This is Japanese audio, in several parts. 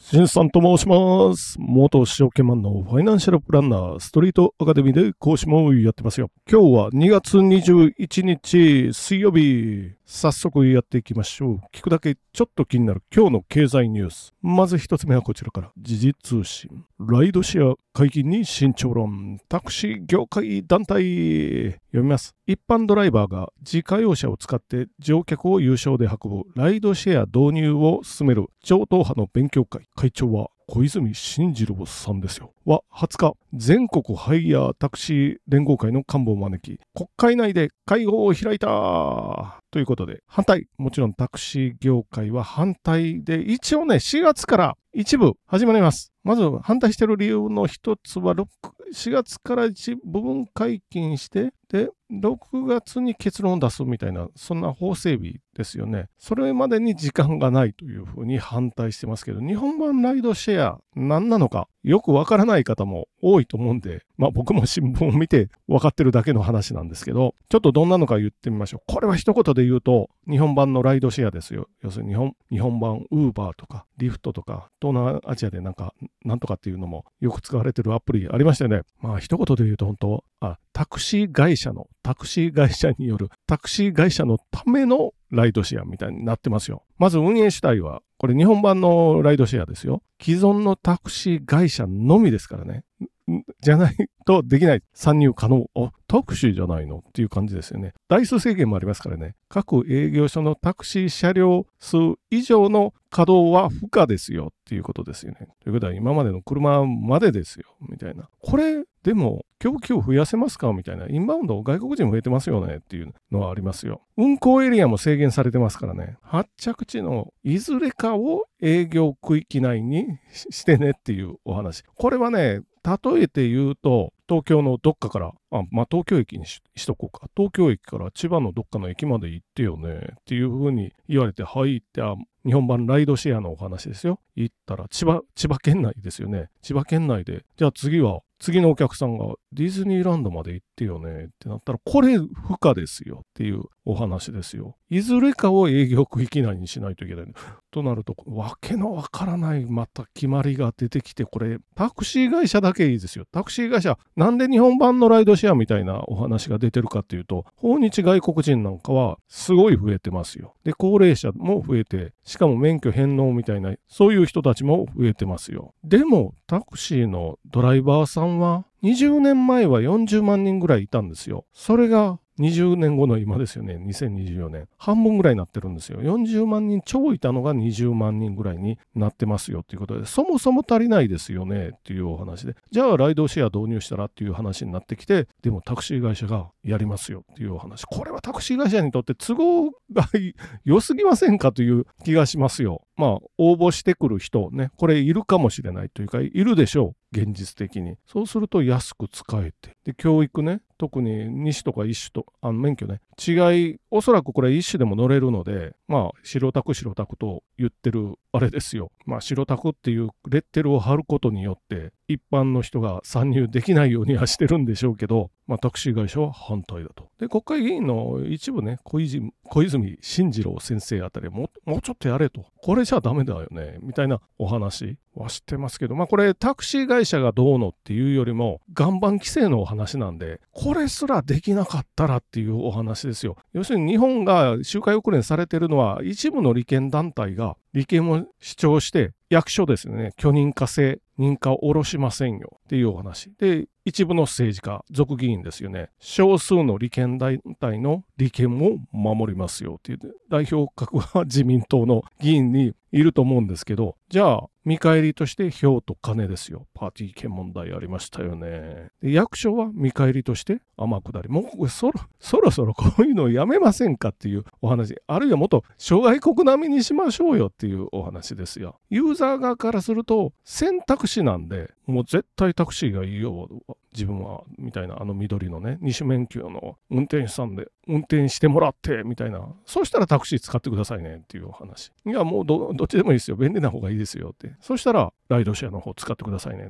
しんさんと申します。元証券マンのファイナンシャルプランナー、ストリートアカデミーで講師もやってますよ。今日は2月21日水曜日。早速やっていきましょう。聞くだけちょっと気になる今日の経済ニュース。まず一つ目はこちらから。時事通信。ライドシェア解禁に慎重論。タクシー業界団体。読みます。一般ドライバーが自家用車を使って乗客を有償で運ぶライドシェア導入を進める超党派の勉強会。会長は小泉進次郎さんですよ。は20日、全国ハイヤータクシー連合会の幹部を招き、国会内で会合を開いたということで、反対。もちろんタクシー業界は反対で、一応ね、4月から一部始まります。まず反対している理由の一つは、4月から一部分解禁して、で、6月に結論を出すみたいな、そんな法整備ですよね。それまでに時間がないというふうに反対してますけど、日本版ライドシェア何なのかよくわからない方も多いと思うんで、僕も新聞を見て分かってるだけの話なんですけど、ちょっとどんなのか言ってみましょう。これは一言で言うと、日本版のライドシェアですよ。要するに日本版ウーバーとかリフトとか、東南アジアでなんとかっていうのもよく使われてるアプリありましたよね。一言で言うと本当、タクシー会社によるタクシー会社のためのライドシェアみたいになってますよ。まず運営主体は、これ日本版のライドシェアですよ。既存のタクシー会社のみですからね。じゃないとできない。参入可能。タクシーじゃないのっていう感じですよね。台数制限もありますからね。各営業所のタクシー車両数以上の稼働は不可ですよっていうことですよね。ということは今までの車までですよ。みたいな。これ、でも供給を増やせますかみたいな。インバウンド外国人増えてますよねっていうのはありますよ。運行エリアも制限されてますからね。発着地のいずれかを営業区域内にしてねっていうお話。これはね、例えて言うと、東京のどっかから、東京駅にしとこうか。東京駅から千葉のどっかの駅まで行ってよねっていうふうに言われて、はいって、日本版ライドシェアのお話ですよ。行ったら千葉県内ですよね。千葉県内で、じゃあ次のお客さんがディズニーランドまで行ってよねってなったら、これ不可ですよっていうお話ですよ。いずれかを営業区域内にしないといけない。となると、わけのわからないまた決まりが出てきて、これタクシー会社だけいいですよ。タクシー会社、なんで日本版のライドシェアみたいなお話が出てるかっていうと、訪日外国人なんかはすごい増えてますよ。で、高齢者も増えて、しかも免許返納みたいな、そういう人たちも増えてますよ。でも、タクシーのドライバーさんは、20年前は40万人ぐらいいたんですよ。それが20年後の今ですよね。2024年。半分ぐらいになってるんですよ。40万人超いたのが20万人ぐらいになってますよということで、そもそも足りないですよねっていうお話で、じゃあライドシェア導入したらっていう話になってきて、でもタクシー会社がやりますよっていうお話。これはタクシー会社にとって都合が良すぎませんかという気がしますよ。応募してくる人ね、これいるかもしれないというか、いるでしょう。現実的に。そうすると安く使えて。で、教育ね、特に2種とか1種と、免許ね、違い、おそらくこれ1種でも乗れるので、白タクと言ってるあれですよ。白タクっていうレッテルを貼ることによって、一般の人が参入できないようにはしてるんでしょうけど、タクシー会社は反対だと。で、国会議員の一部ね、小泉進次郎先生あたりもうちょっとやれと。これじゃダメだよね、みたいなお話はしてますけど、これタクシー会社がどうのっていうよりも、岩盤規制のお話なんで、これすらできなかったらっていうお話ですよ。要するに日本が周回遅れにされてるのは、一部の利権団体が利権を主張して、役所ですね、許認可制、認可を下ろしませんよっていうお話。で、一部の政治家、族議員ですよね。少数の利権団体の利権を守りますよっていう、代表格は自民党の議員にいると思うんですけど、じゃあ、見返りとして票と金ですよ。パーティー券問題ありましたよね。で、役所は見返りとして天下り。もうそろそろこういうのをやめませんかっていうお話。あるいはもっと諸外国並みにしましょうよっていうお話ですよ。ユーザー側からすると選択肢なんで、もう絶対タクシーがいいよ。自分は、みたいな、緑のね、二種免許の運転手さんで運転してもらって、みたいな。そうしたらタクシー使ってくださいねっていうお話。いや、もうどっちでもいいですよ。便利な方がいいですよって。そしたら、ライドシェアの方使ってくださいねっていう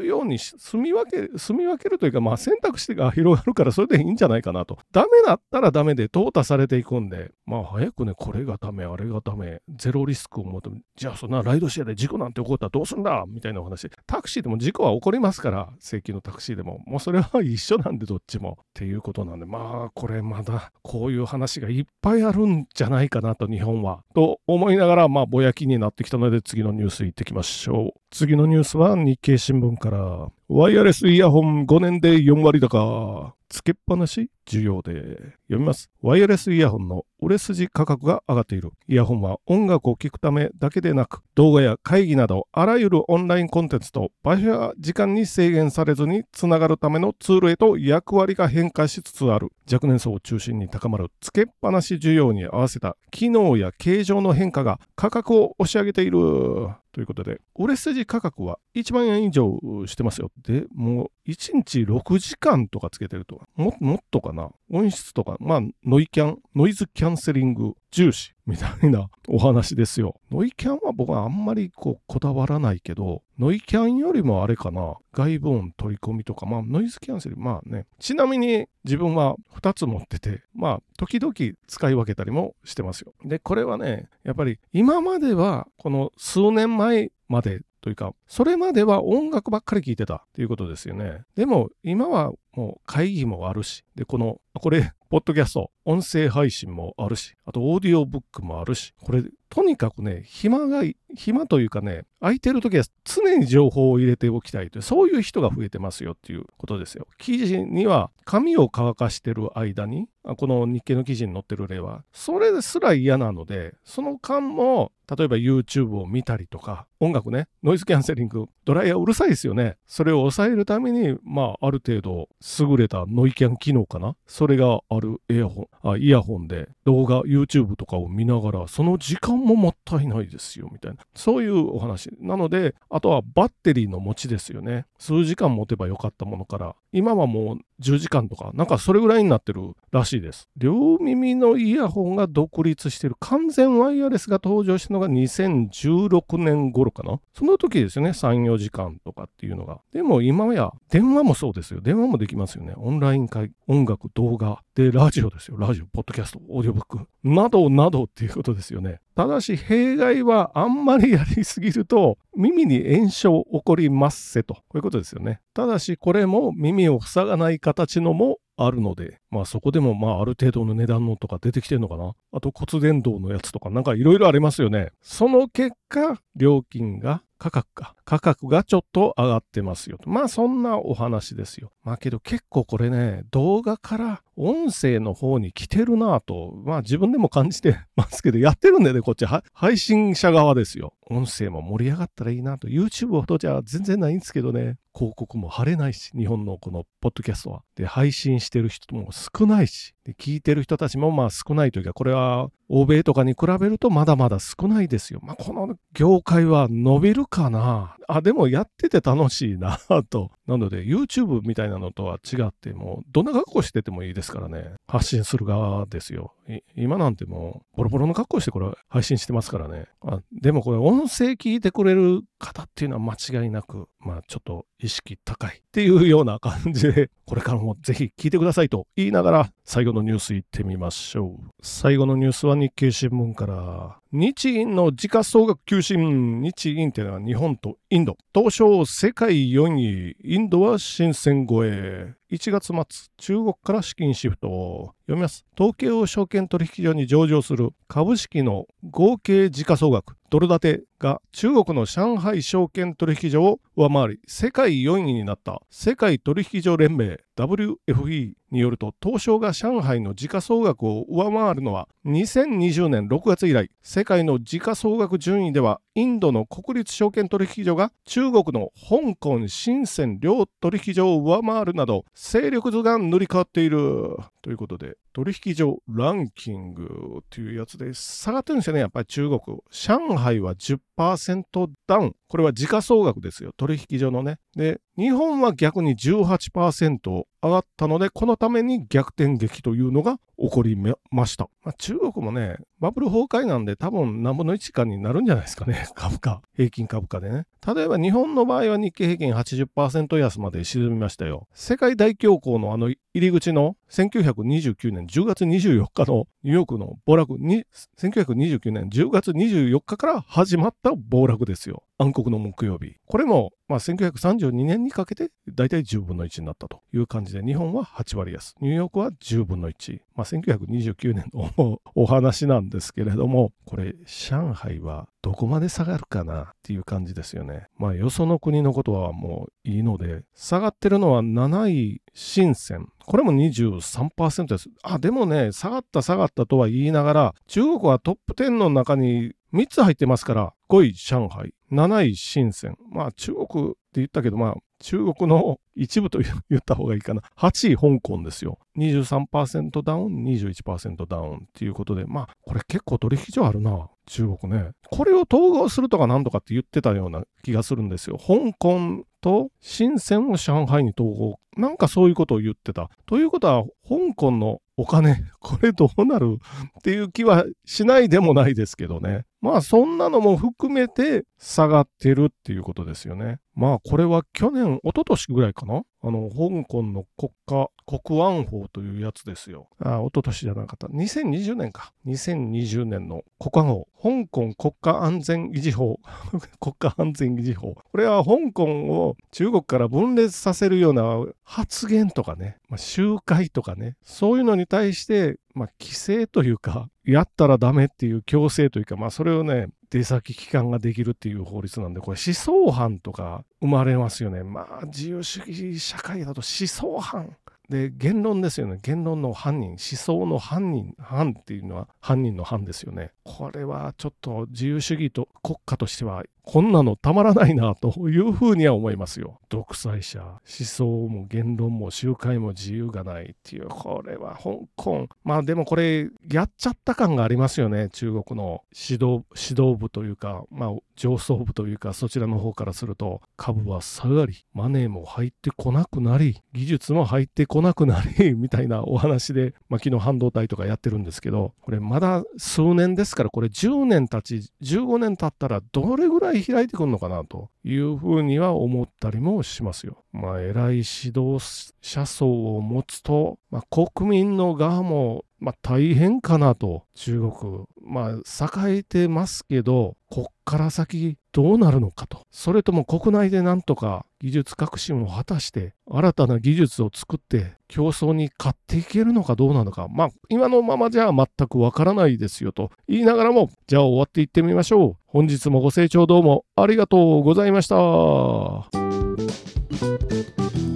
いうように住み分けるというか、選択肢が広がるからそれでいいんじゃないかなと。ダメだったらダメで淘汰されていくんで、早くね、これがダメ、あれがダメ、ゼロリスクを求め、じゃあそんなライドシェアで事故なんて起こったらどうすんだみたいなお話。タクシーでも事故は起こりますから、正規のタクシーでも。もうそれは一緒なんでどっちも。っていうことなんで、これまだこういう話がいっぱいあるんじゃないかなと、日本は。と思いながら、ぼやきになってきたので、次のニュース行ってきましょう。次のニュースは日経新聞から、ワイヤレスイヤホン5年で4割高。つけっぱなし需要で読みます。ワイヤレスイヤホンの売れ筋価格が上がっている。イヤホンは音楽を聴くためだけでなく、動画や会議などあらゆるオンラインコンテンツと場所や時間に制限されずにつながるためのツールへと役割が変化しつつある。若年層を中心に高まるつけっぱなし需要に合わせた機能や形状の変化が価格を押し上げている。ということで、売れ筋価格は1万円以上してますよ。で、もう1日6時間とかつけてると。もっとかな。音質とか、ノイズキャンセリング重視みたいなお話ですよ。ノイキャンは僕はあんまりこだわらないけど、ノイキャンよりもあれかな。外部音取り込みとか、ノイズキャンセリング、ちなみに自分は2つ持ってて、時々使い分けたりもしてますよ。で、これはね、やっぱり今までは、この数年前までというか、それまでは音楽ばっかり聴いてたっていうことですよね。でも今はもう会議もあるし、で、これ、ポッドキャスト、音声配信もあるし、あとオーディオブックもあるし、これ、とにかくね、暇というかね、空いてるときは常に情報を入れておきたいという、そういう人が増えてますよっていうことですよ。記事には紙を乾かしてる間に、この日経の記事に載ってる例は、それですら嫌なので、その間も、例えば YouTube を見たりとか、音楽ね、ノイズキャンセリング、ドライヤーうるさいですよね。それを抑えるために、ある程度優れたノイキャン機能かな。それがあるイヤホンで動画、YouTube とかを見ながら、その時間ももったいないですよ、みたいな。そういうお話。なので、あとはバッテリーの持ちですよね。数時間持てばよかったものから、今はもう10時間とか、なんかそれぐらいになってるらしいです。両耳のイヤホンが独立している完全ワイヤレスが登場したのが2016年頃かな。その時ですよね、3、4時間とかっていうのが。でも今や電話もそうですよ。電話もできますよね。オンライン会、音楽、動画、で、ラジオですよ。ラジオ、ポッドキャスト、オーディオブック、などなどっていうことですよね。ただし、弊害はあんまりやりすぎると、耳に炎症起こりますせと。こういうことですよね。ただし、これも耳を塞がない形のもあるので、そこでもある程度の値段のとか出てきてるのかな。あと骨伝導のやつとかなんかいろいろありますよね。その結果、価格がちょっと上がってますよと。そんなお話ですよ。けど結構これね、動画から音声の方に来てるなぁと、自分でも感じてますけど、やってるんでね、こっち配信者側ですよ。音声も盛り上がったらいいなと。YouTube ほどじゃ全然ないんですけどね。広告も貼れないし、日本のこのポッドキャストは。で、配信してる人も少ないし、で、聞いてる人たちも少ないというか、これは欧米とかに比べるとまだまだ少ないですよ。この業界は伸びるかな。でもやってて楽しいなと。なので YouTube みたいなのとは違って、もうどんな格好しててもいいですからね。発信する側ですよ。今なんてもうボロボロの格好してこれ配信してますからね。でもこれ音声聞いてくれる方っていうのは間違いなく、ちょっと意識高いっていうような感じで、これからもぜひ聞いてくださいと言いながら、最後のニュース行ってみましょう。最後のニュースは日経新聞から、日銀の時価総額急進。日銀っていうのは日本とインド。東証世界4位、インドは新戦超え。1月末、中国から資金シフト。読みます。東京証券取引所に上場する株式の合計時価総額、ドル建てが中国の上海証券取引所を上回り、世界4位になった世界取引所連盟 WFE によると、東証が上海の時価総額を上回るのは2020年6月以来、世界の時価総額順位ではインドの国立証券取引所が中国の香港、深セン両取引所を上回るなど、勢力図が塗り替わっているということで、取引所ランキングというやつで下がってるんですよね。やっぱり中国。上海は 10% ダウン。 これは時価総額ですよ。取引所のね。で、日本は逆に 18% 上がったので、このために逆転劇というのが起こりました。中国もね、バブル崩壊なんで多分何分の1かになるんじゃないですかね。株価。平均株価でね。例えば日本の場合は日経平均 80% 安まで沈みましたよ。世界大恐慌の入り口の1929年10月24日のニューヨークの暴落に、1929年10月24日から始まった暴落ですよ。暗黒の木曜日。これも、1932年にかけて大体10分の1になったという感じで、日本は8割安、ニューヨークは10分の1。1929年のお話なんですけれども、これ、上海はどこまで下がるかなっていう感じですよね。よその国のことはもういいので、下がってるのは7位深セン。これも 23% です。でもね、下がったとは言いながら、中国はトップ10の中に3つ入ってますから、5位上海、7位深セン。中国って言ったけど、中国の一部と言った方がいいかな。8位香港ですよ。23% ダウン、21% ダウンっていうことで、これ結構取引所あるな。中国ね。これを統合するとかなんとかって言ってたような気がするんですよ。香港と深センを上海に統合。なんかそういうことを言ってた。ということは、香港のお金、これどうなるっていう気はしないでもないですけどね。そんなのも含めて下がってるっていうことですよね。これは去年、一昨年ぐらいかな。香港の国安法というやつですよ。一昨年じゃなかった。2020年か。2020年の国安法。香港国家安全維持法。国家安全維持法。これは香港を中国から分裂させるような発言とかね、集会とかね、そういうのに対して、規制というか、やったらダメっていう強制というか、それをね、出先機関ができるっていう法律なんで、これ思想犯とか生まれますよね。自由主義社会だと思想犯。で、言論ですよね。言論の犯人、思想の犯っていうのは犯人の犯ですよね。これはちょっと自由主義と国家としてはこんなのたまらないなというふうには思いますよ。独裁者、思想も言論も集会も自由がないっていう、これは香港。でもこれやっちゃった感がありますよね。中国の指導部というか、上層部というか、そちらの方からすると株は下がり、マネーも入ってこなくなり、技術も入ってこなくなりみたいなお話で、昨日半導体とかやってるんですけど、これまだ数年ですから、これ10年経ち15年経ったらどれぐらい開いてくるのかなというふうには思ったりもしますよ。偉い指導者層を持つと、国民の側も大変かなと。中国栄えてますけど、こっから先どうなるのかと。それとも国内でなんとか技術革新を果たして新たな技術を作って競争に勝っていけるのかどうなのか、今のままじゃ全くわからないですよと言いながらも、じゃあ終わっていってみましょう。本日もご清聴どうもありがとうございました。